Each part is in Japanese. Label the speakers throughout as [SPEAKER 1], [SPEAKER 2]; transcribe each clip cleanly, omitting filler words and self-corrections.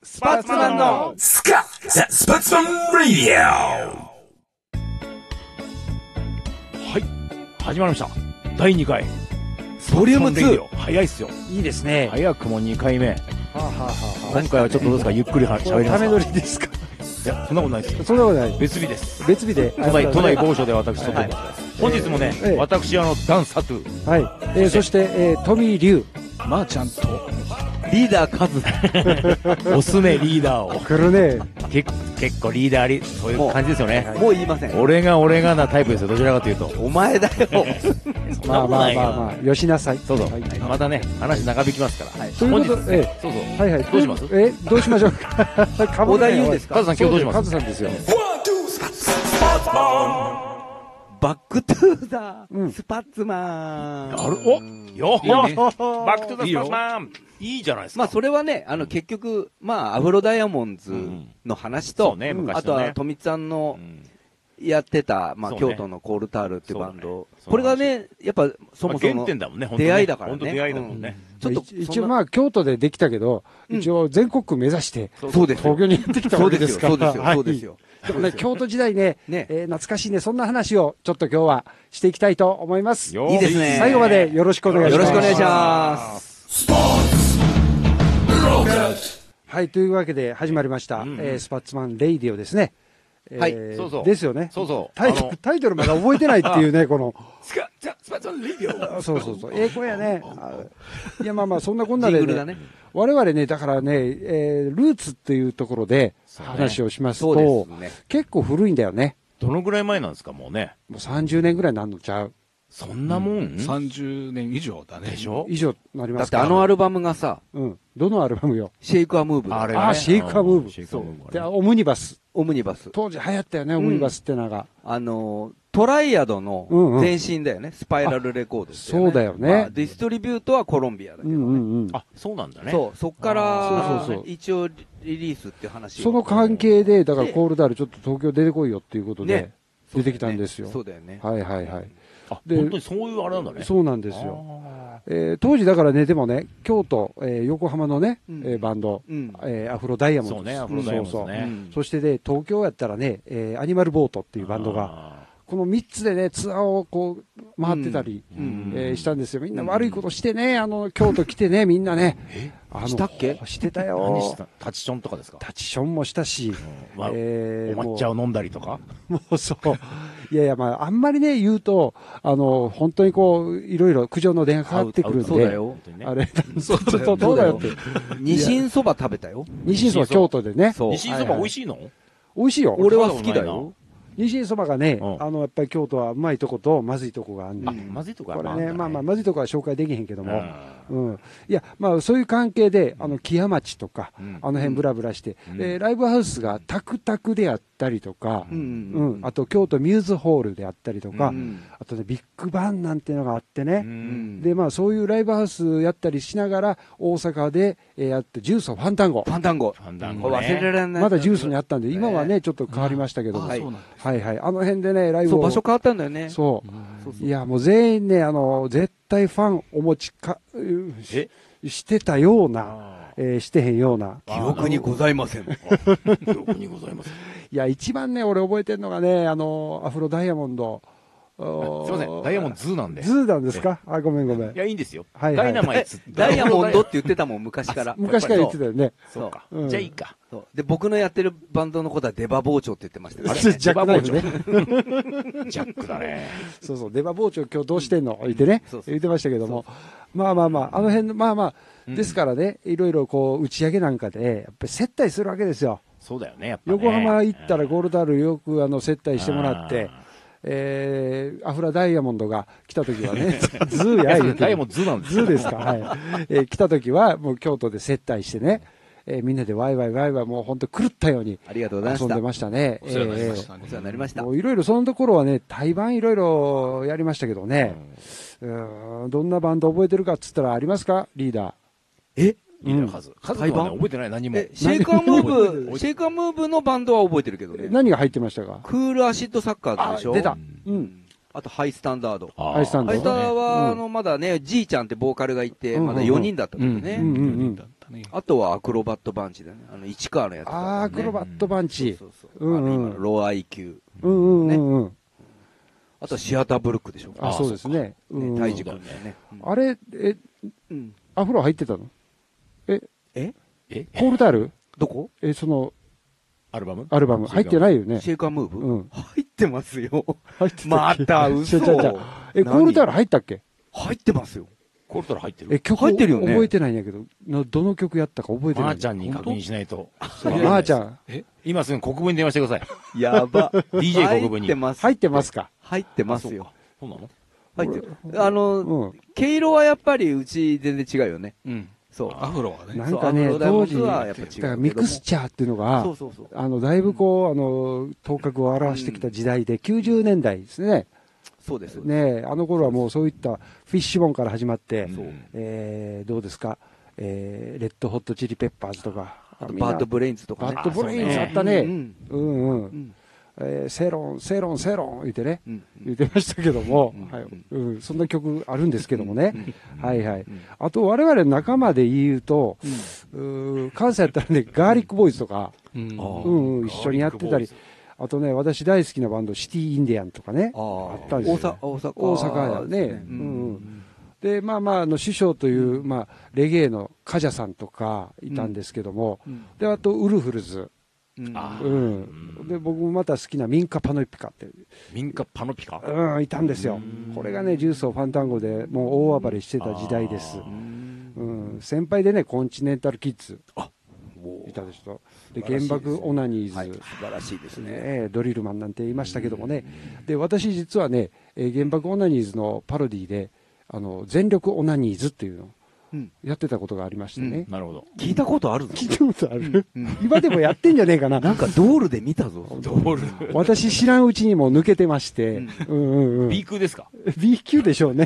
[SPEAKER 1] スパッツマンの
[SPEAKER 2] スカザ・スパッツマン・ラディオ。はい、始まりました。第2回。
[SPEAKER 1] ボリューム2。
[SPEAKER 2] 早いっすよ。
[SPEAKER 1] いいですね。
[SPEAKER 2] 早くも2回目。
[SPEAKER 1] 今
[SPEAKER 2] 回はちょっとどうですか、ゆっくり喋りますか。
[SPEAKER 1] ため撮りですか。
[SPEAKER 2] いや、そんなことないですよ。
[SPEAKER 1] そんなことない。
[SPEAKER 2] 別日です。
[SPEAKER 1] 別日で。
[SPEAKER 2] 都内某所で私撮ってます。本日もね、私ダンサトゥ。
[SPEAKER 1] はい。そして、トミー・リュウ。まーちゃんと。リーダーカズ。
[SPEAKER 2] おすめリーダーを。
[SPEAKER 1] 来るね。
[SPEAKER 2] 結構リーダーそういう感じですよね。
[SPEAKER 3] もう言いません。
[SPEAKER 2] 俺がなタイプですよ。どちらかというと。
[SPEAKER 3] お前だよ。
[SPEAKER 1] まあ、よしなさい。
[SPEAKER 2] そうそう。またね、話長引きますから。
[SPEAKER 1] ということで、
[SPEAKER 2] そうそう。
[SPEAKER 1] はいはい。
[SPEAKER 2] どうします？
[SPEAKER 1] どうしましょうか。
[SPEAKER 3] お題言うんですか？
[SPEAKER 2] カズさん今日どうします？
[SPEAKER 1] カズさんですよ。
[SPEAKER 3] バックトゥーザスパッツマン。
[SPEAKER 2] バックトゥーザスパッツマン。いいじゃないですか。
[SPEAKER 3] まあそれはね、結局、まあアフロダイヤモンズの話と、あとは富津さんのやってた、まあ京都のコールタールっていうバンド。これがね、やっぱそもそも出会いだからね。
[SPEAKER 2] 本当出会いだもんね。
[SPEAKER 1] 一応まあ京都でできたけど、一応全国区目指して、
[SPEAKER 3] そうです。
[SPEAKER 1] 東京にやってきたわけですから。
[SPEAKER 3] そうですよ。
[SPEAKER 1] でもね、京都時代ね、懐かしいね、そんな話をちょっと今日はしていきたいと思います。
[SPEAKER 3] いいですね。
[SPEAKER 1] 最後までよろしくお願いします。
[SPEAKER 3] よろしくお願いします。
[SPEAKER 1] はい、というわけで始まりました、スパッツマンレイディオですね。
[SPEAKER 3] はい、
[SPEAKER 1] ですよね。
[SPEAKER 2] そうそう。
[SPEAKER 1] タイトルまだ覚えてないっていうね、この。
[SPEAKER 2] スパッツマンレイディオ。
[SPEAKER 1] そう。英語やね。いや、まあ、そんなこんなでね。我々ね、だからね、ルーツっていうところで話をしますと、結構古いんだよね。
[SPEAKER 2] どのぐらい前なんですか、もうね。
[SPEAKER 1] もう30年ぐらいなんのちゃう。
[SPEAKER 2] そんなもん
[SPEAKER 4] ?30 年以上だね。
[SPEAKER 2] でしょ？
[SPEAKER 1] 以上なります
[SPEAKER 3] か。だってアルバムがさ、
[SPEAKER 1] どのアルバムよ？
[SPEAKER 3] シェイクアムーブ。
[SPEAKER 1] シェイクアムーブ。で、オムニバス。当時流行ったよね、オムニバスってのが。
[SPEAKER 3] トライアドの前身だよね、スパイラルレコード。
[SPEAKER 1] そうだよね。
[SPEAKER 3] ディストリビュートはコロンビアだけどね。
[SPEAKER 2] あ、そうなんだね。
[SPEAKER 3] そっから一応リリースっていう話。
[SPEAKER 1] その関係で、だからコールダールちょっと東京出てこいよっていうことで、出てきたんですよ。
[SPEAKER 3] そうだよね。
[SPEAKER 1] はい。
[SPEAKER 2] 本当にそういうあれなんだね。
[SPEAKER 1] そうなんですよ。当時だからね、でもね、京都、横浜のね、バンド、アフロダイヤモンド。
[SPEAKER 2] そうね、アフロダイヤモンドね。
[SPEAKER 1] そしてね、東京やったらね、アニマルボートっていうバンドが、この3つでね、ツアーをこう、回ってたり、したんですよ。みんな悪いことしてね、京都来てね、みんなね。
[SPEAKER 3] したっけ？
[SPEAKER 1] してたよ。
[SPEAKER 2] 何した？タチションとかですか？
[SPEAKER 1] タチションもしたし、
[SPEAKER 2] お抹茶を飲んだりとか？
[SPEAKER 1] もうそう。いや、まあ、あんまりね、言うと、本当にこう、いろいろ苦情の電話かかってくるんで。
[SPEAKER 3] そうだよ。
[SPEAKER 1] あれ、そうだよって。
[SPEAKER 3] ニシンそば食べたよ。
[SPEAKER 1] ニシンそば京都でね。
[SPEAKER 2] ニシンそば美味しいの？
[SPEAKER 1] 美味しいよ。
[SPEAKER 3] 俺は好きだよ。
[SPEAKER 1] ニシンそばがね、やっぱり京都はうまいとことまずいとこがあるんで。
[SPEAKER 2] まずいとこ
[SPEAKER 1] これね、まあまずいとこは紹介できへんけども。いや、まあそういう関係で、木屋町とか、あの辺ブラブラして、ライブハウスがタクタクであったりとか、あと京都ミューズホールであったりとか、あとね、ビッグバンなんていうのがあってね。で、まあそういうライブハウスやったりしながら、大阪でやって、ジュースをファンタンゴ。
[SPEAKER 3] 忘れられない。
[SPEAKER 1] まだジュースにあったんで、今はね、ちょっと変わりましたけども。はい。あの辺でね、ライブを。
[SPEAKER 3] そう、場所変わったんだよね。
[SPEAKER 1] そう。いや、もう全員ね、絶対ファンお持ちしてたような、してへんような。
[SPEAKER 3] 記憶にございません。
[SPEAKER 2] 記憶にございません。
[SPEAKER 1] いや、一番ね、俺覚えてるのがね、アフロダイヤモンド。
[SPEAKER 2] すいません、ダイヤモンドズーなんで。
[SPEAKER 1] ズーなんですか？ごめん。
[SPEAKER 2] いや、いいんですよ。ダイナマイツ。
[SPEAKER 3] ダイヤモンドって言ってたもん、昔から。
[SPEAKER 1] 昔から言ってたよね。
[SPEAKER 2] そうか。じゃあいいか。
[SPEAKER 3] で、僕のやってるバンドのことはデバ包丁って言ってましたよ。
[SPEAKER 1] ジャックナイフね。
[SPEAKER 2] ジャックだね。
[SPEAKER 1] そう、デバ包丁今日どうしてんの言ってね。言ってましたけども。まあ、あの辺、ですからね、いろいろこう、打ち上げなんかで、やっぱり接待するわけですよ。
[SPEAKER 2] そうだよね、やっぱ
[SPEAKER 1] 横浜行ったらゴールドアルよく接待してもらって、アフラダイヤモンドが来た時はね、ズーや
[SPEAKER 2] ダイヤモンドズーなんです
[SPEAKER 1] ズーですか、はい。来た時はもう京都で接待してね、みんなでワイワイもう本当狂ったように遊んでましたね。
[SPEAKER 3] お世話になりました。
[SPEAKER 1] いろいろそのところはね、対バンいろいろやりましたけどね、どんなバンド覚えてるかっつったらありますか、リーダー。
[SPEAKER 2] リーダーカズ。カズはね、覚えてない、何も。
[SPEAKER 3] シェイクアムーブのバンドは覚えてるけどね。
[SPEAKER 1] 何が入ってましたか？
[SPEAKER 3] クールアシッドサッカーズでしょ？
[SPEAKER 1] 出た。
[SPEAKER 3] あとハイスタンダード。
[SPEAKER 1] ハイスタンダード
[SPEAKER 3] はまだね、じいちゃんってボーカルがいて、まだ4人だったんだよね。 あとはアクロバットバンチだね。市川のやつ。
[SPEAKER 1] アクロバットバンチ。
[SPEAKER 3] 今のロー IQ。あとはシアターブルックでしょ。
[SPEAKER 1] そうですね。
[SPEAKER 3] タイジ君だよね。
[SPEAKER 1] あれ、アフロ入ってたの？コールタール？
[SPEAKER 3] どこ？
[SPEAKER 1] その、
[SPEAKER 2] アルバム
[SPEAKER 1] 入ってないよね。
[SPEAKER 3] シェイカームーブ？入ってますよ。
[SPEAKER 1] 入ってた。
[SPEAKER 3] また嘘。
[SPEAKER 1] コールタール入ったっけ？
[SPEAKER 3] 入ってますよ。
[SPEAKER 2] コールタール入ってる？
[SPEAKER 3] 曲入ってるよね。
[SPEAKER 1] 覚えてないんやけど、どの曲やったか覚えてない。
[SPEAKER 2] まーちゃんに確認しないと。
[SPEAKER 1] まーちゃん。
[SPEAKER 2] 今すぐ国分に電話してください。
[SPEAKER 3] やば。
[SPEAKER 2] DJ 国分に。
[SPEAKER 1] 入ってますか？
[SPEAKER 3] 入ってますよ。
[SPEAKER 2] そうなの？
[SPEAKER 3] 入ってる。毛色はやっぱりうち全然違うよね。
[SPEAKER 4] そう。アフロはね。
[SPEAKER 1] なんかね、当時、ミクスチャーっていうのが、だいぶ頭角を現してきた時代で、90年代ですね。
[SPEAKER 3] そうです
[SPEAKER 1] ね。あの頃はもうそういったフィッシュボーンから始まって、どうですか、レッドホットチリペッパーズとか、
[SPEAKER 3] バッドブレインズとか
[SPEAKER 1] ね。バッドブレインズあったね。セロン言ってね、言ってましたけども、そんな曲あるんですけどもね。はいはい。あと我々仲間で言うと、関西やったらね、ガーリックボーイズとか、一緒にやってたり、あとね、私大好きなバンド、シティインディアンとかね、あったんですよ。
[SPEAKER 3] 大阪
[SPEAKER 1] やね。で、師匠という、レゲエのカジャさんとかいたんですけども、で、あと、ウルフルズ。で、僕もまた好きなミンカ・パノピカって。
[SPEAKER 2] ミンカ・パノピカ？
[SPEAKER 1] いたんですよ。これがね、ジュースをファンタンゴでもう大暴れしてた時代です。先輩でね、コンチネンタル・キッズ。いたでしょ。で、原爆オナニーズ。
[SPEAKER 3] 素晴らしいですね。
[SPEAKER 1] ドリルマンなんて言いましたけどもね。で、私実はね、原爆オナニーズのパロディで、全力オナニーズっていうのをやってたことがありましてね。
[SPEAKER 2] なるほど。
[SPEAKER 3] 聞いたことあるぞ。
[SPEAKER 1] 聞いたことある？今でもやってんじゃねえかな。
[SPEAKER 3] なんかドールで見たぞ。
[SPEAKER 2] ドール。
[SPEAKER 1] 私知らんうちにも抜けてまして。
[SPEAKER 2] B 級ですか？
[SPEAKER 1] B 級でしょうね。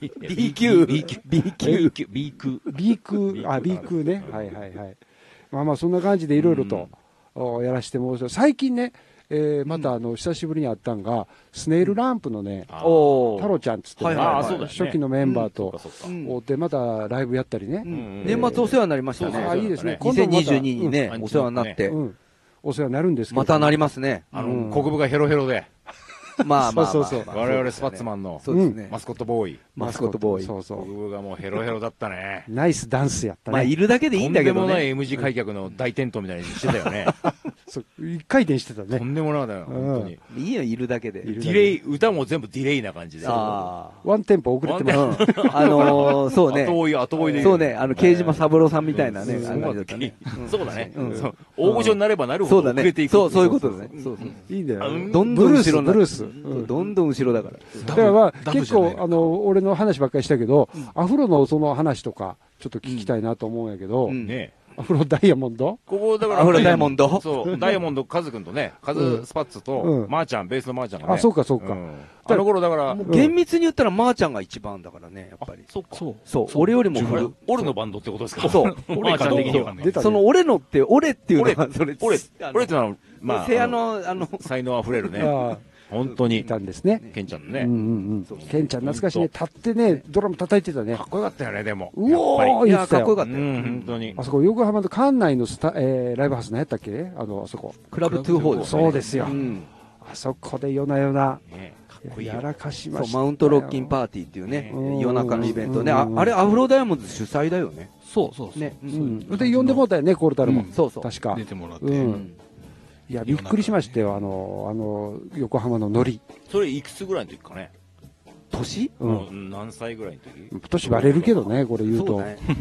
[SPEAKER 3] B 級。
[SPEAKER 2] B 級。B
[SPEAKER 1] 級ね。はいはいはい。そんな感じでいろいろとやらしてもらう。最近ね、また久しぶりに会ったんが、スネイルランプのね、太郎ちゃんっつって初期のメンバーと会ってまたライブやったりね。
[SPEAKER 3] 年末お世話になりましたね。
[SPEAKER 1] いいですね。
[SPEAKER 3] 2022にね、お世話になって。
[SPEAKER 1] お世話になるんですけど。
[SPEAKER 3] またなりますね。
[SPEAKER 2] 国部がヘロヘロで。
[SPEAKER 3] まあまあ、
[SPEAKER 1] そうそう。
[SPEAKER 2] 我々スパッツマンのマスコットボーイ。
[SPEAKER 3] マスコットボーイ。
[SPEAKER 1] そうそう。
[SPEAKER 2] 国部がもうヘロヘロだったね。
[SPEAKER 1] ナイスダンスやったね。
[SPEAKER 3] まあ、いるだけでいいんだけどね。
[SPEAKER 2] とんでもない M 字開脚の大転倒みたいにしてたよね。
[SPEAKER 1] 一回転してたね。
[SPEAKER 2] とんでもなかったよ、本当に。
[SPEAKER 3] いいよ、いるだけで。
[SPEAKER 2] ディレイ、歌も全部ディレイな感じで。
[SPEAKER 1] ワンテンポ遅れてます。
[SPEAKER 3] そうね。
[SPEAKER 2] 後追いで。
[SPEAKER 3] そうね、刑島三郎さんみたいなね。
[SPEAKER 2] そうだね。大御所になればなるほど遅れていく。
[SPEAKER 3] そういうことだね。
[SPEAKER 1] いいんだよ。
[SPEAKER 3] どんどん後ろ
[SPEAKER 1] ブルース。
[SPEAKER 3] どんどん後ろだから。
[SPEAKER 1] だから結構、俺の話ばっかりしたけど、アフロのその話とか、ちょっと聞きたいなと思うんやけど、アフロダイヤモンド？
[SPEAKER 2] ここだから
[SPEAKER 3] アフロダイヤモンド？
[SPEAKER 2] そう、ダイヤモンドカズ君とね、カズスパッツと、マーちゃん、ベースのマーちゃんがね。
[SPEAKER 1] あ、そうかそうか。
[SPEAKER 2] あの頃だから、
[SPEAKER 3] 厳密に言ったらマーちゃんが一番だからね、やっぱり。そう。俺よりも
[SPEAKER 2] 俺のバンドってことですか？
[SPEAKER 3] そう。
[SPEAKER 2] マーちゃん的には。
[SPEAKER 3] その俺のって、俺っていうのは、それ、
[SPEAKER 2] 俺ってのは、まあ、才能あふれるね。本当に。
[SPEAKER 1] いたんですね。
[SPEAKER 2] ケンちゃんのね。
[SPEAKER 1] ケンちゃん懐かしいね。立ってね、ドラム叩いてたね。
[SPEAKER 2] かっこよかったよね、でも。
[SPEAKER 1] うおー、
[SPEAKER 3] いや、かっこよかったよ。
[SPEAKER 2] 本当に。
[SPEAKER 1] あそこ、横浜の館内のライブハウス何やったっけあそこ。
[SPEAKER 3] クラブ24です。
[SPEAKER 1] そうですよ。あそこで夜な夜な。やらかしました。
[SPEAKER 3] マウントロッキンパーティーっていうね、夜中のイベントね。あれ、アフロダイヤモンド主催だよね。
[SPEAKER 4] そう
[SPEAKER 3] ね。
[SPEAKER 1] で、呼んでもらったよね、コールタルも。
[SPEAKER 3] そうそう。
[SPEAKER 1] 確か。
[SPEAKER 4] 出てもらって。
[SPEAKER 1] いや、びっくりしましたよ、横浜のノリ。
[SPEAKER 2] それいくつぐらいの時かね。
[SPEAKER 3] 年？
[SPEAKER 2] 何歳ぐらいの時？
[SPEAKER 1] 年バレるけどね、これ言うと。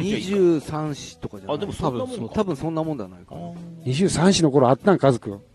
[SPEAKER 3] 23歳とかじゃない？
[SPEAKER 2] あ、でもそんなもんか。
[SPEAKER 3] 多分そんなもんじゃないかな。
[SPEAKER 1] 23歳の頃あったん、カズくん。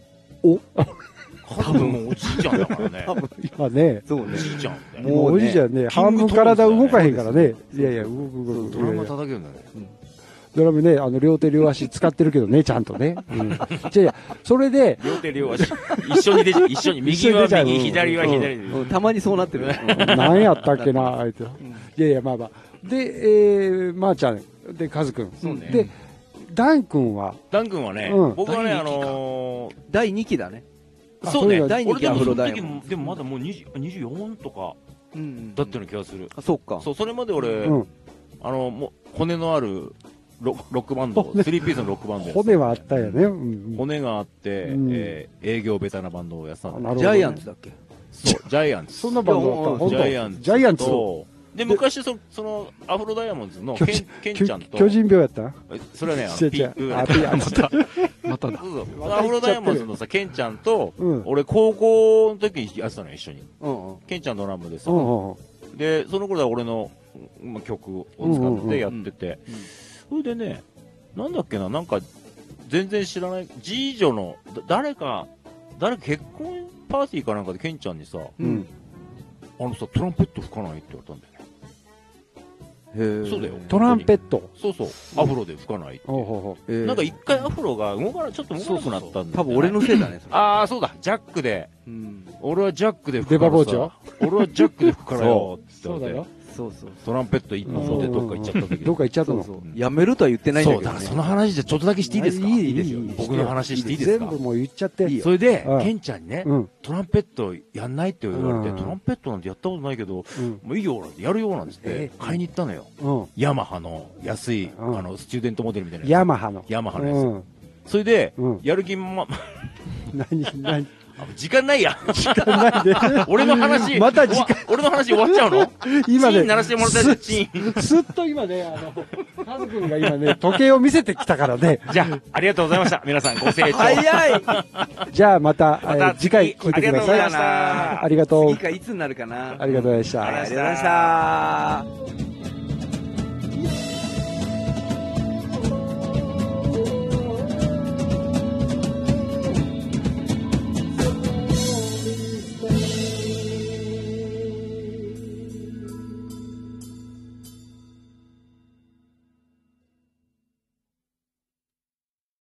[SPEAKER 2] 多分もうおじいちゃんだからね。
[SPEAKER 1] 今ね。
[SPEAKER 3] そうね。
[SPEAKER 2] おじいちゃん。
[SPEAKER 1] もうおじいちゃんね、半分体動かへんからね。いやいや、動く。
[SPEAKER 2] ドラム叩けるんだね。
[SPEAKER 1] ドラムね、両手両足使ってるけどね、ちゃんとね。じゃあ、それで。
[SPEAKER 2] 両手両足。一緒に、右は右、左は左。
[SPEAKER 3] たまにそうなってるね。
[SPEAKER 1] 何やったっけな、あいつ。いやいや、まあまあ。で、まーちゃん、で、カズくん。で、ダン君は
[SPEAKER 2] ね、僕はね、
[SPEAKER 3] 第2期だね。
[SPEAKER 2] そうね、
[SPEAKER 3] 第2期アフロダイヤモンド。
[SPEAKER 2] でもまだもう24とかだったような気がする。
[SPEAKER 3] そうか。
[SPEAKER 2] そう、それまで俺、もう骨のあるロックバンド、3ピースのロックバンド。
[SPEAKER 1] 骨はあったよね。
[SPEAKER 2] 骨があって、営業ベタなバンドをやってたんだ。
[SPEAKER 3] ジャイアンツだっけ？
[SPEAKER 2] そう、ジャイアンツ。
[SPEAKER 1] そんなバンドあった。
[SPEAKER 2] ジャイアンツ。
[SPEAKER 1] ジャイアンツ。
[SPEAKER 2] で、昔、その、アフロダイヤモンドのケンちゃんと。
[SPEAKER 1] 巨人病やった？
[SPEAKER 2] それはね、
[SPEAKER 3] まただ。
[SPEAKER 2] アフロダイヤモンドのさ、ケンちゃんと、俺、高校の時にやってたのよ、一緒に。ケンちゃんドラムでさ。で、その頃は俺の曲を使ってやってて。それでね、なんだっけな、なんか、全然知らない、次女の、誰か結婚パーティーかなんかでケンちゃんにさ、トランペット吹かないって言われたんだよね。そうだよ。
[SPEAKER 1] トランペット。
[SPEAKER 2] そうそう。アフロで吹かないって。なんか一回アフロがちょっと動かなくなったんだ。
[SPEAKER 3] 多分俺のせいだね。
[SPEAKER 2] ああ、そうだ。ジャックで。俺はジャックで
[SPEAKER 1] 吹くからさ。
[SPEAKER 2] 俺はジャックで吹くからよ。
[SPEAKER 1] そうだよ。
[SPEAKER 3] そうそう。
[SPEAKER 2] トランペット一本持ってどっか行っちゃった時。
[SPEAKER 1] どっか行っちゃったの。
[SPEAKER 3] やめるとは言ってないんだけど。
[SPEAKER 2] そう、だからその話でちょっとだけしていいですか？
[SPEAKER 1] いいですよ。
[SPEAKER 2] 僕の話していいですか？
[SPEAKER 1] 全部もう言っちゃって。
[SPEAKER 2] それで、ケンちゃんにね、トランペットやんないって言われて、トランペットなんてやったことないけど、もういいよ、やるよ、なんつって買いに行ったのよ。ヤマハの安い、スチューデントモデルみたいな。
[SPEAKER 1] ヤマハの
[SPEAKER 2] やつ。それで、やる気
[SPEAKER 1] 何
[SPEAKER 2] 時間ないや。
[SPEAKER 1] 時間ないで。
[SPEAKER 2] 俺の話、
[SPEAKER 1] また時間。
[SPEAKER 2] 俺の話終わっちゃうの？
[SPEAKER 1] 今ね。
[SPEAKER 2] チーン鳴らしてもらったやつ、チーン。
[SPEAKER 1] すっと今ね、カズ君が今ね、時計を見せてきたからね。
[SPEAKER 2] じゃあ、ありがとうございました。皆さんご清聴。
[SPEAKER 3] 早い。
[SPEAKER 1] じゃあまた、次回聞いてください。
[SPEAKER 3] あ
[SPEAKER 1] りがとう。
[SPEAKER 3] 次回いつになるかな。
[SPEAKER 1] ありがとうございました。
[SPEAKER 3] ありがとうございました。